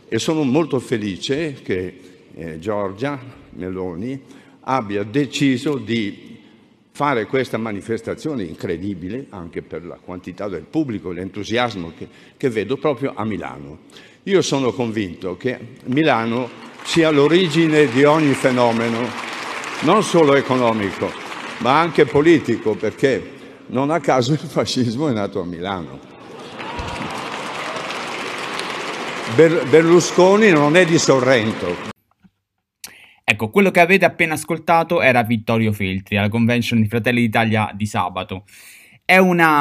e sono molto felice che Giorgia Meloni abbia deciso di fare questa manifestazione incredibile, anche per la quantità del pubblico, l'entusiasmo che vedo proprio a Milano. Io sono convinto che Milano sia l'origine di ogni fenomeno, non solo economico, ma anche politico, perché non a caso il fascismo è nato a Milano. Berlusconi non è di Sorrento. Ecco, quello che avete appena ascoltato era Vittorio Feltri alla convention di Fratelli d'Italia di sabato. È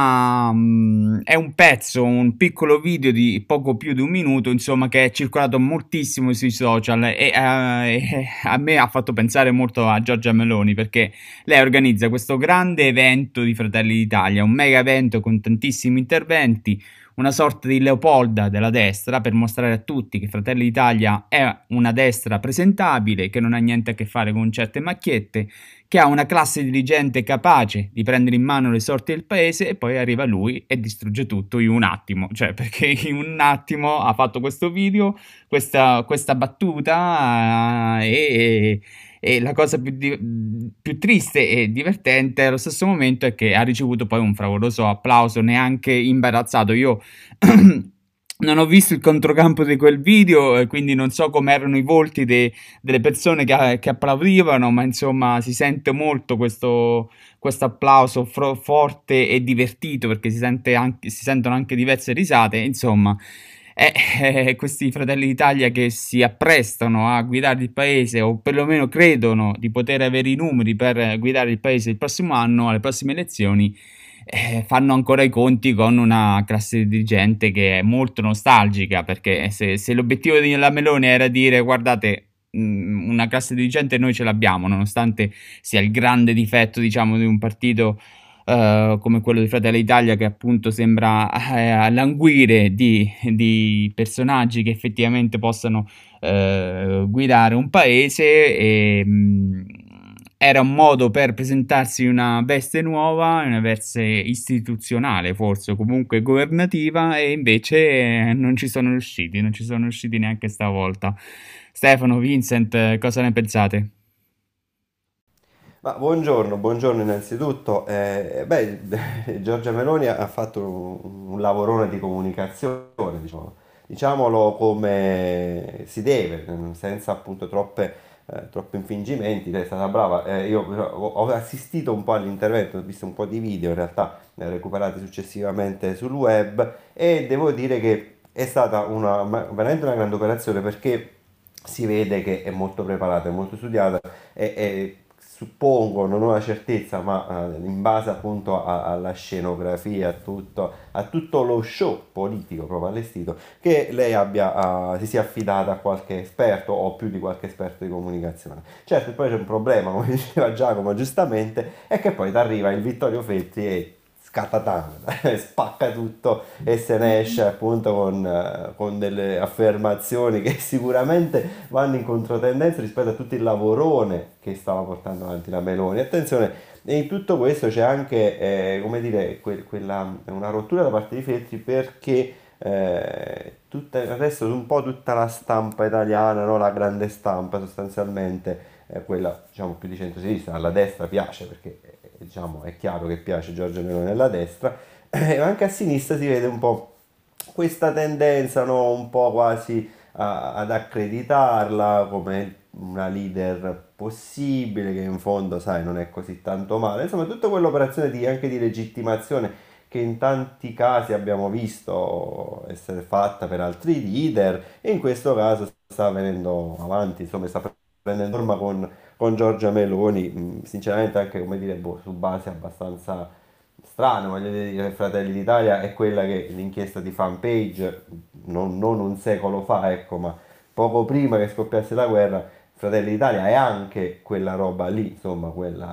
un pezzo, un piccolo video di poco più di un minuto, insomma, che è circolato moltissimo sui social e a me ha fatto pensare molto a Giorgia Meloni, perché lei organizza questo grande evento di Fratelli d'Italia, un mega evento con tantissimi interventi, una sorta di Leopolda della destra, per mostrare a tutti che Fratelli d'Italia è una destra presentabile, che non ha niente a che fare con certe macchiette, che ha una classe dirigente capace di prendere in mano le sorti del paese, e poi arriva lui e distrugge tutto in un attimo, cioè perché in un attimo ha fatto questo video, questa battuta e la cosa più triste e divertente allo stesso momento è che ha ricevuto poi un fragoroso applauso, neanche imbarazzato. Io non ho visto il controcampo di quel video, quindi non so come erano i volti delle persone che applaudivano, ma insomma si sente molto questo applauso forte e divertito, perché si sentono anche diverse risate, insomma. Questi Fratelli d'Italia che si apprestano a guidare il paese, o perlomeno credono di poter avere i numeri per guidare il paese il prossimo anno, alle prossime elezioni, fanno ancora i conti con una classe dirigente che è molto nostalgica, perché se l'obiettivo della Meloni era dire guardate, una classe dirigente noi ce l'abbiamo, nonostante sia il grande difetto, diciamo, di un partito come quello di Fratelli d'Italia, che appunto sembra languire di personaggi che effettivamente possano guidare un paese, e era un modo per presentarsi una veste nuova, una veste istituzionale forse, o comunque governativa, e invece non ci sono riusciti neanche stavolta. Stefano, Vincent, cosa ne pensate? Ma buongiorno innanzitutto. Giorgia Meloni ha fatto un lavorone di comunicazione, diciamolo come si deve, senza appunto troppi infingimenti. Lei è stata brava. Io però ho assistito un po' all'intervento, ho visto un po' di video, in realtà recuperati successivamente sul web, e devo dire che è stata veramente una grande operazione, perché si vede che è molto preparata, è molto studiata e suppongo, non ho la certezza, ma in base appunto alla scenografia, a tutto lo show politico proprio allestito, che lei si sia affidata a qualche esperto, o più di qualche esperto di comunicazione. Certo, poi c'è un problema, come diceva Giacomo giustamente, è che poi ti arriva il Vittorio Feltri e scatatana, spacca tutto e se ne esce appunto con delle affermazioni che sicuramente vanno in controtendenza rispetto a tutto il lavorone che stava portando avanti la Meloni. Attenzione, e in tutto questo c'è anche, come dire, una rottura da parte di Feltri, perché adesso un po' tutta la stampa italiana, no? La grande stampa sostanzialmente, quella diciamo più di centrosinistra, alla destra piace, perché diciamo è chiaro che piace Giorgia Meloni alla destra, ma anche a sinistra si vede un po' questa tendenza, no? Un po' quasi ad accreditarla come una leader possibile, che in fondo, sai, non è così tanto male. Insomma, tutta quell'operazione anche di legittimazione che in tanti casi abbiamo visto essere fatta per altri leader, e in questo caso sta venendo avanti, insomma, sta prendendo forma con Giorgia Meloni, sinceramente anche, come dire, su base abbastanza strane. Voglio dire, Fratelli d'Italia è quella che l'inchiesta di Fanpage, non un secolo fa, ecco, ma poco prima che scoppiasse la guerra, Fratelli d'Italia è anche quella roba lì, insomma,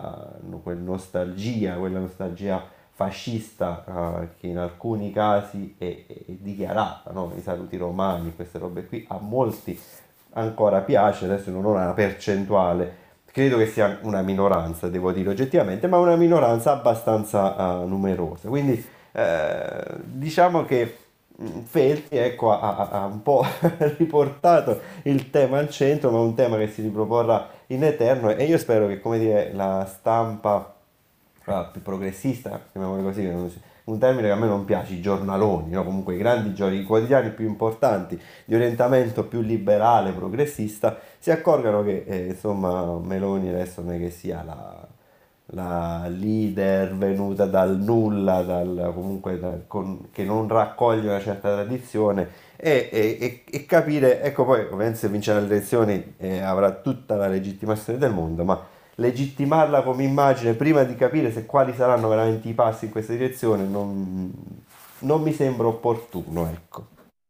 quella nostalgia fascista, che in alcuni casi è dichiarata, no? I saluti romani, queste robe qui, a molti ancora piace. Adesso non ho una percentuale, credo che sia una minoranza, devo dire oggettivamente, ma una minoranza abbastanza numerosa. Quindi diciamo che Feltri, ecco, ha un po' riportato il tema al centro, ma un tema che si riproporrà in eterno e io spero che, come dire, la stampa più progressista, chiamiamolo così, un termine che a me non piace, i giornaloni, no? Comunque i quotidiani più importanti di orientamento più liberale, progressista, si accorgano che insomma Meloni adesso non è che sia la leader venuta dal nulla, comunque che non raccoglie una certa tradizione e capire, ecco poi ovviamente se vincerà le elezioni avrà tutta la legittimazione del mondo, ma legittimarla come immagine prima di capire se quali saranno veramente i passi in questa direzione non mi sembra opportuno, ecco.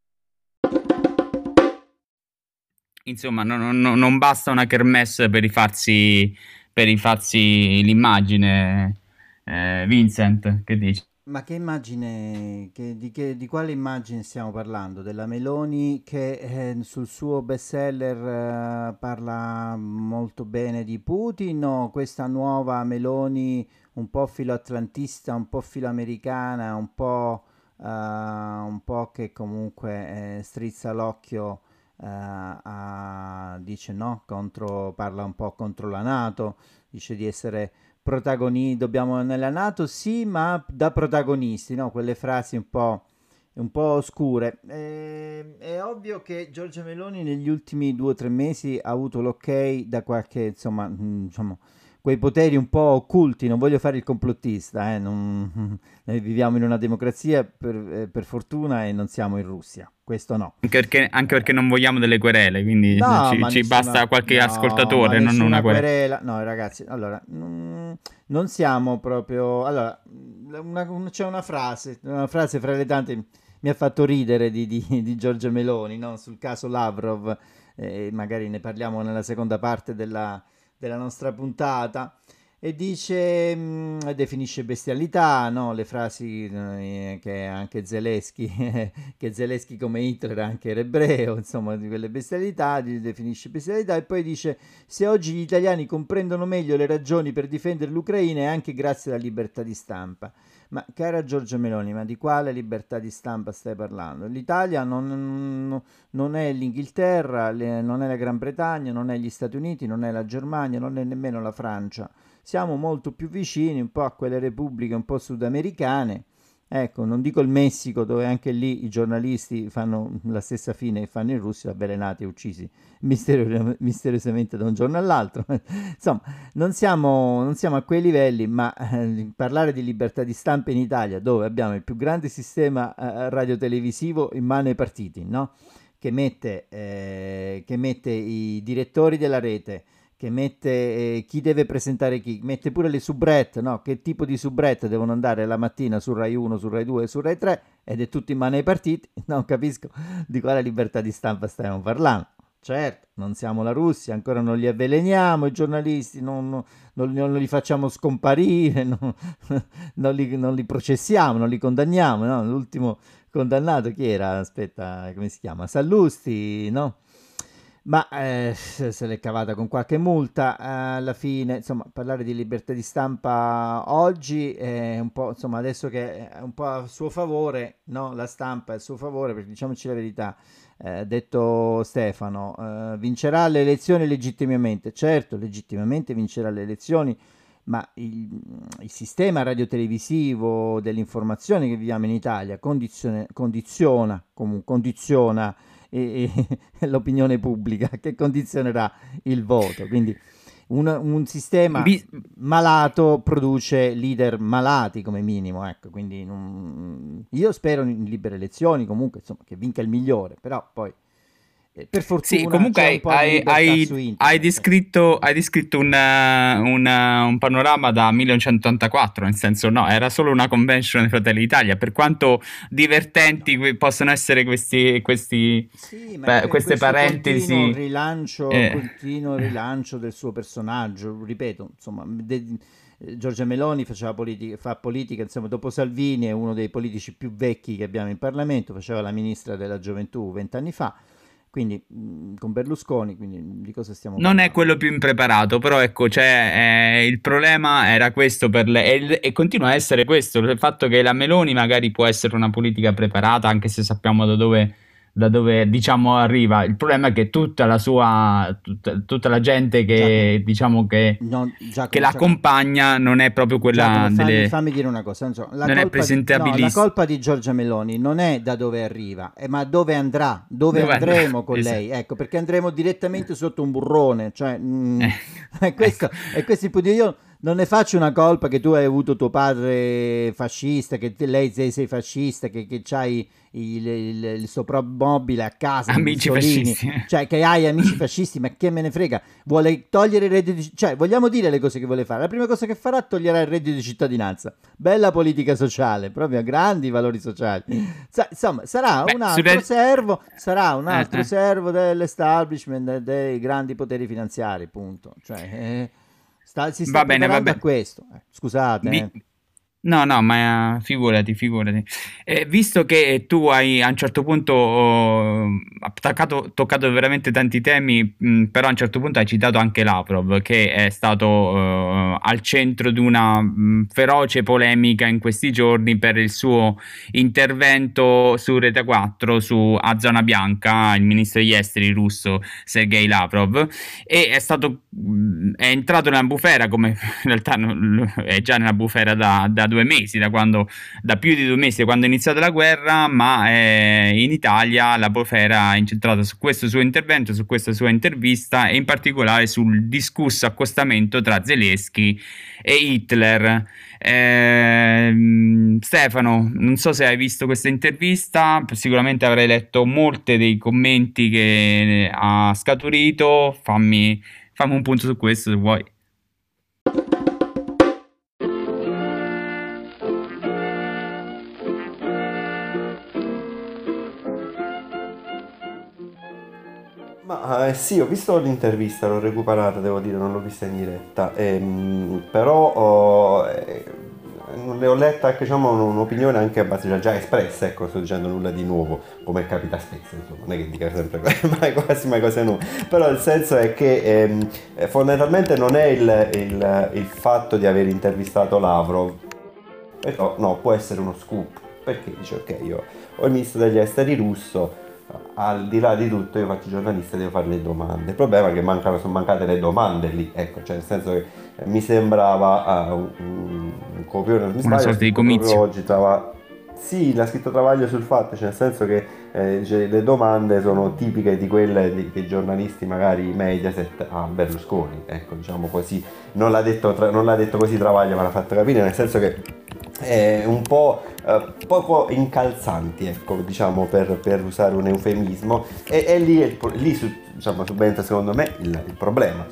Insomma, non basta una kermesse per rifarsi l'immagine. Vincent, che dici? Ma che immagine, di quale immagine stiamo parlando? Della Meloni che sul suo bestseller parla molto bene di Putin o questa nuova Meloni un po' filoatlantista, un po' filoamericana, un po' che comunque strizza l'occhio, dice no, parla un po' contro la NATO, dice di essere dobbiamo nella NATO, sì, ma da protagonisti, no? Quelle frasi un po' oscure. È ovvio che Giorgia Meloni negli ultimi 2 o 3 mesi ha avuto l'ok da qualche, insomma, diciamo, quei poteri un po' occulti. Non voglio fare il complottista, noi viviamo in una democrazia per fortuna e non siamo in Russia. Questo no. Anche perché non vogliamo delle querele, quindi No, ci basta qualche no, ma ascoltatore, non una nessuna querela. querela. No, ragazzi, allora, non siamo proprio. Allora, c'è una frase fra le tante mi ha fatto ridere di Giorgia Meloni, no? Sul caso Lavrov, magari ne parliamo nella seconda parte della nostra puntata. E dice, definisce bestialità, no? Le frasi che anche Zelensky, che Zelensky come Hitler anche era ebreo, insomma, di quelle bestialità, definisce bestialità e poi dice se oggi gli italiani comprendono meglio le ragioni per difendere l'Ucraina è anche grazie alla libertà di stampa. Ma cara Giorgia Meloni, ma di quale libertà di stampa stai parlando? L'Italia non è l'Inghilterra, non è la Gran Bretagna, non è gli Stati Uniti, non è la Germania, non è nemmeno la Francia. Siamo molto più vicini un po' a quelle repubbliche un po' sudamericane. Ecco, non dico il Messico, dove anche lì i giornalisti fanno la stessa fine che fanno in Russia, avvelenati e uccisi misteriosamente da un giorno all'altro. Insomma, non siamo a quei livelli, ma parlare di libertà di stampa in Italia, dove abbiamo il più grande sistema radiotelevisivo in mano ai partiti, no? Che mette i direttori della rete, che mette chi deve presentare chi, mette pure le soubrette, no? Che tipo di soubrette devono andare la mattina su Rai 1, su Rai 2 e su Rai 3 ed è tutto in mano ai partiti. Non capisco di quale libertà di stampa stiamo parlando. Certo, non siamo la Russia, ancora non li avveleniamo i giornalisti, non li facciamo scomparire, non li processiamo, non li condanniamo, no? L'ultimo condannato chi era? Aspetta, come si chiama? Sallusti, no? Ma se l'è cavata con qualche multa alla fine, insomma, parlare di libertà di stampa oggi è un po', insomma, adesso che è un po' a suo favore, no? La stampa è a suo favore, perché diciamoci la verità, detto Stefano, vincerà le elezioni legittimamente, certo, legittimamente vincerà le elezioni, ma il sistema radiotelevisivo dell'informazione che viviamo in Italia condiziona l'opinione pubblica, che condizionerà il voto. Quindi un sistema Vi- malato produce leader malati come minimo, ecco. Quindi io spero in libere elezioni, comunque, insomma, che vinca il migliore, però poi per Sì, fortuna comunque c'è un po' di libertà su hai internet. descritto un panorama da 1984, nel senso no, era solo una convention di Fratelli d'Italia, per quanto divertenti possono essere Sì, ma è queste questo parentesi. eh, continuo rilancio del suo personaggio, ripeto, insomma, Giorgia Meloni fa politica, insomma, dopo Salvini è uno dei politici più vecchi che abbiamo in Parlamento, faceva la ministra della gioventù 20 anni fa, Quindi con Berlusconi, quindi di cosa stiamo Non è parlando? quello più impreparato, però ecco, il problema era questo per e continua a essere questo, il fatto che la Meloni magari può essere una politica preparata, anche se sappiamo da dove diciamo arriva. Il problema è che tutta la gente Giacomo, che diciamo no, che Giacomo, la Giacomo, accompagna non è proprio Giacomo, quella fammi dire una cosa. Non so, non è no, la presentabilista. colpa di Giorgia Meloni non è da dove arriva, ma dove andrà, dove Dove andrà? andremo con Esatto. lei. Ecco, perché andremo direttamente sotto un burrone. Cioè, Ecco. è questo il punto. Io non ne faccio una colpa che tu hai avuto tuo padre fascista, che lei sei fascista, che c'hai il soprammobile a casa di Amici Mussolini, fascisti. cioè che hai amici fascisti, ma che me ne frega, vuole togliere il reddito di cioè vogliamo dire le cose che vuole fare. La prima cosa che farà toglierà il reddito di cittadinanza. Bella politica sociale, proprio grandi valori sociali. Insomma, sarà Beh, un altro servo dell'establishment dei grandi poteri finanziari, punto. Cioè, si sta Va bene, va preparando a bene. questo. Scusate, Vi- No, no, ma figurati, figurati. Visto che tu hai a un certo punto toccato veramente tanti temi, però a un certo punto hai citato anche Lavrov, che è stato al centro di una feroce polemica in questi giorni per il suo intervento su Rete 4, a Zona Bianca, il ministro degli esteri russo Sergei Lavrov, e è entrato nella bufera, come in realtà è già nella bufera da 2 mesi, da più di 2 mesi, quando è iniziata la guerra, ma in Italia la bufera è incentrata su questo suo intervento, su questa sua intervista, e in particolare sul discusso accostamento tra Zelensky e Hitler. Stefano, non so se hai visto questa intervista, sicuramente avrai letto molte dei commenti che ha scaturito. Fammi un punto su questo se vuoi. Ma sì, ho visto l'intervista, l'ho recuperata, devo dire, non l'ho vista in diretta, però ne ho letta anche, diciamo, un'opinione anche abbastanza già espressa, ecco, sto dicendo nulla di nuovo, come capita spesso, insomma, non è che dica sempre quasi mai cose nuove, però il senso è che fondamentalmente non è il fatto di aver intervistato Lavrov, però no, può essere uno scoop, perché dice ok, io ho il ministro degli esteri russo, al di là di tutto io faccio giornalista e devo fare le domande. Il problema è che sono mancate le domande lì, ecco, cioè nel senso che mi sembrava un copione, non mi Una sbaglio, ho sorta di scritto proprio comizio. oggi, sì, l'ha scritto Travaglio sul fatto, cioè nel senso che dice, le domande sono tipiche di quelle dei giornalisti magari Mediaset a Berlusconi, ecco, diciamo così, non l'ha detto così Travaglio, ma l'ha fatto capire, nel senso che è un po' poco incalzanti, ecco, diciamo, per usare un eufemismo, e lì diciamo, subentra secondo me il problema.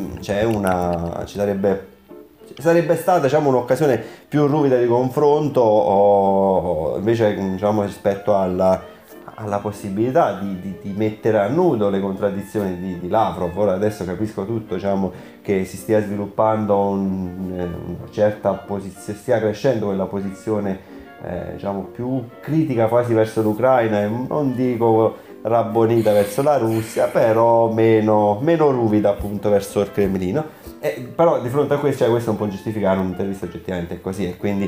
Sarebbe stata, diciamo, un'occasione più ruvida di confronto, o invece, diciamo, rispetto alla possibilità di mettere a nudo le contraddizioni di Lavrov. Ora adesso capisco tutto, diciamo, che si stia sviluppando una certa posizione, stia crescendo quella posizione diciamo più critica quasi verso l'Ucraina, e non dico rabbonita verso la Russia, però meno ruvida appunto verso il Cremlino. Però di fronte a questo, cioè, questo non può giustificare un'intervista oggettivamente così, e quindi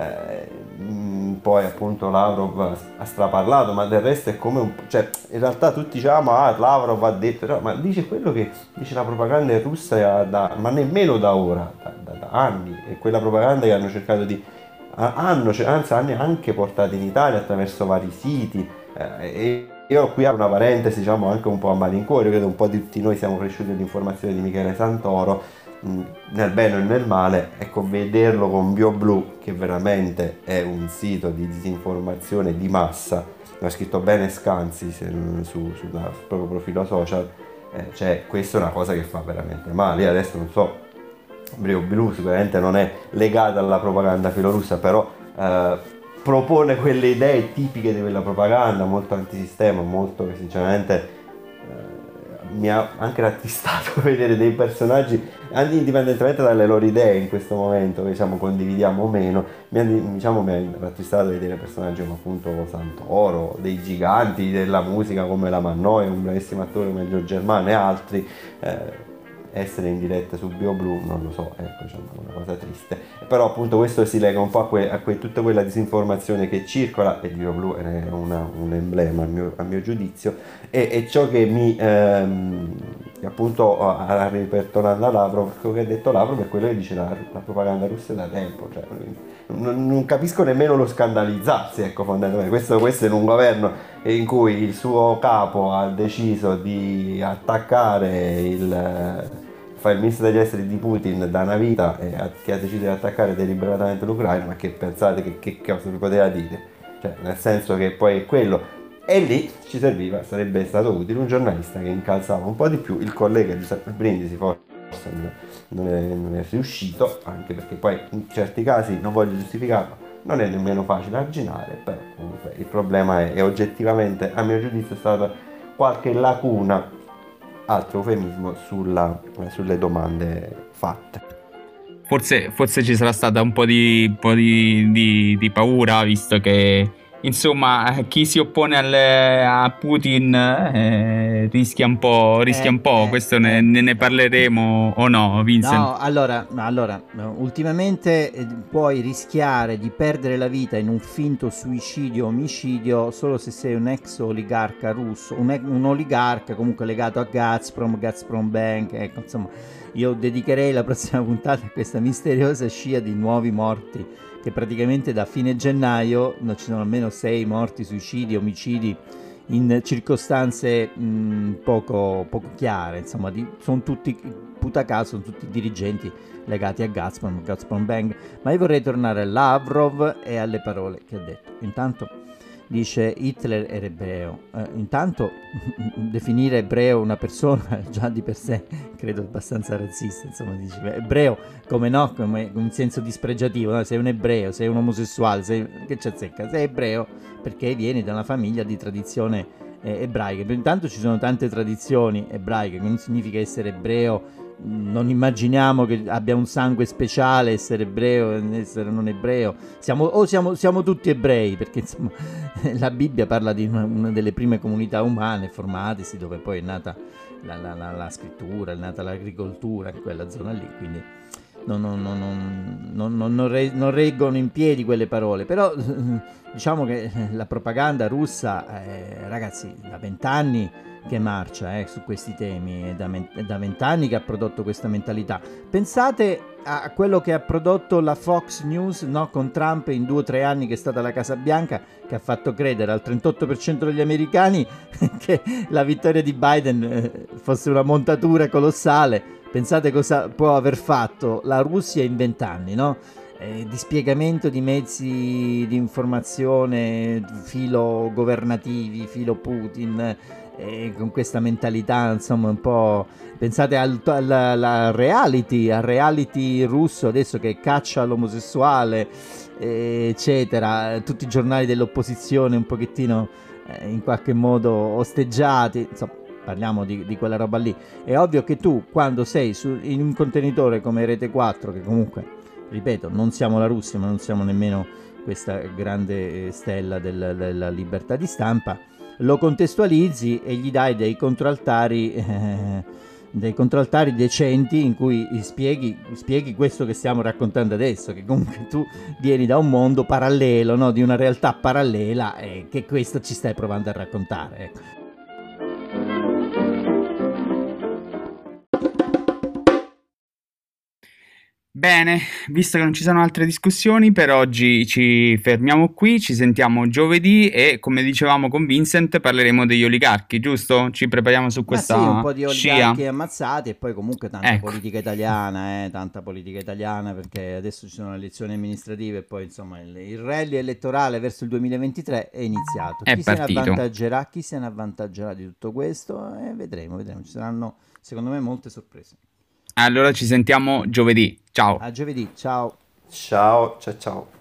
poi appunto Lavrov ha straparlato, ma del resto è come cioè in realtà tutti diciamo Lavrov ha detto, no, ma dice quello che dice la propaganda russa ma nemmeno da ora, da anni, e quella propaganda che hanno cercato anzi hanno anche portato in Italia attraverso vari siti, e io qui apro una parentesi, diciamo, anche un po' a malincuore. Credo un po' di tutti noi siamo cresciuti all'informazione di Michele Santoro, nel bene e nel male, ecco, vederlo con BioBlu, che veramente è un sito di disinformazione di massa, l'ha scritto bene Scanzi sul proprio profilo social, cioè questa è una cosa che fa veramente male. Io adesso non so, BioBlu sicuramente non è legata alla propaganda filorussa, però propone quelle idee tipiche di quella propaganda, molto antisistema, molto che sinceramente mi ha anche rattristato vedere dei personaggi, anche indipendentemente dalle loro idee in questo momento, che diciamo condividiamo o meno, mi ha rattristato vedere personaggi come appunto Santoro, dei giganti della musica come la Mannoia, un bravissimo attore come Giorgio Germano e altri, essere in diretta su BioBlu, non lo so, ecco, diciamo, è una cosa triste. Però appunto questo si lega un po' a tutta quella disinformazione che circola, e BioBlu è un emblema a mio giudizio, e ciò che mi appunto, ritornando a Lavrov, quello che ha detto Lavrov è quello che dice la propaganda russa da tempo, cioè, non capisco nemmeno lo scandalizzarsi, ecco, fondamentalmente. Questo in un governo in cui il suo capo ha deciso di attaccare il ministro degli esteri di Putin da una vita, che ha deciso di attaccare deliberatamente l'Ucraina, ma che pensate che cosa vi poteva dire? Cioè, nel senso che poi è quello. E lì ci serviva, sarebbe stato utile un giornalista che incalzava un po' di più. Il collega Giuseppe Brindisi forse non è riuscito, anche perché poi in certi casi, non voglio giustificarlo, non è nemmeno facile arginare, però comunque il problema è oggettivamente, a mio giudizio, stata qualche lacuna, altro eufemismo, sulle domande fatte. Forse ci sarà stata un po' di paura, visto che insomma chi si oppone a Putin rischia un po', questo ne parleremo o no, Vincent? No, allora, ultimamente puoi rischiare di perdere la vita in un finto suicidio o omicidio solo se sei un ex oligarca russo, un oligarca comunque legato a Gazprom Bank, ecco, insomma, io dedicherei la prossima puntata a questa misteriosa scia di nuovi morti, che praticamente da fine gennaio ci sono almeno 6 morti, suicidi, omicidi in circostanze poco chiare, insomma, sono tutti, puta caso, sono tutti dirigenti legati a Gazprom Bank. Ma io vorrei tornare a Lavrov e alle parole che ha detto. Intanto dice Hitler era ebreo. Intanto definire ebreo una persona già di per sé credo abbastanza razzista, insomma, dice ebreo come no, come in senso dispregiativo, no? Sei un ebreo, sei un omosessuale, che ci azzecca? Sei ebreo perché vieni da una famiglia di tradizione ebraica. Intanto ci sono tante tradizioni ebraiche, non significa essere ebreo. Non immaginiamo che abbia un sangue speciale essere ebreo e essere non ebreo. Siamo tutti ebrei, perché insomma la Bibbia parla di una delle prime comunità umane formatesi, dove poi è nata la scrittura, è nata l'agricoltura in quella zona lì, quindi non reggono in piedi quelle parole. Però diciamo che la propaganda russa, ragazzi, da 20 anni che marcia su questi temi, è da 20 anni che ha prodotto questa mentalità. Pensate a quello che ha prodotto la Fox News, no, con Trump in 2 o 3 anni, che è stata la Casa Bianca, che ha fatto credere al 38% degli americani che la vittoria di Biden fosse una montatura colossale. Pensate cosa può aver fatto la Russia in 20 anni, no? Dispiegamento di mezzi di informazione filo governativi, filo Putin, con questa mentalità, insomma, un po'. Pensate al reality russo adesso, che caccia l'omosessuale, eccetera, tutti i giornali dell'opposizione un pochettino in qualche modo osteggiati, insomma. Parliamo di quella roba lì. È ovvio che tu, quando sei in un contenitore come Rete 4, che comunque, ripeto, non siamo la Russia, ma non siamo nemmeno questa grande stella della libertà di stampa, lo contestualizzi e gli dai dei controaltari decenti, in cui spieghi questo che stiamo raccontando adesso, che comunque tu vieni da un mondo parallelo, no? Di una realtà parallela, che questo ci stai provando a raccontare, ecco. Bene, visto che non ci sono altre discussioni, per oggi ci fermiamo qui, ci sentiamo giovedì e, come dicevamo con Vincent, parleremo degli oligarchi, giusto? Ci prepariamo su questa sì, un po' di oligarchi scia. ammazzati, e poi comunque tanta politica italiana, perché adesso ci sono le elezioni amministrative e poi insomma il rally elettorale verso il 2023 è iniziato. Chi se ne avvantaggerà di tutto questo? Vedremo, ci saranno secondo me molte sorprese. Allora ci sentiamo giovedì, ciao. A giovedì, ciao. Ciao.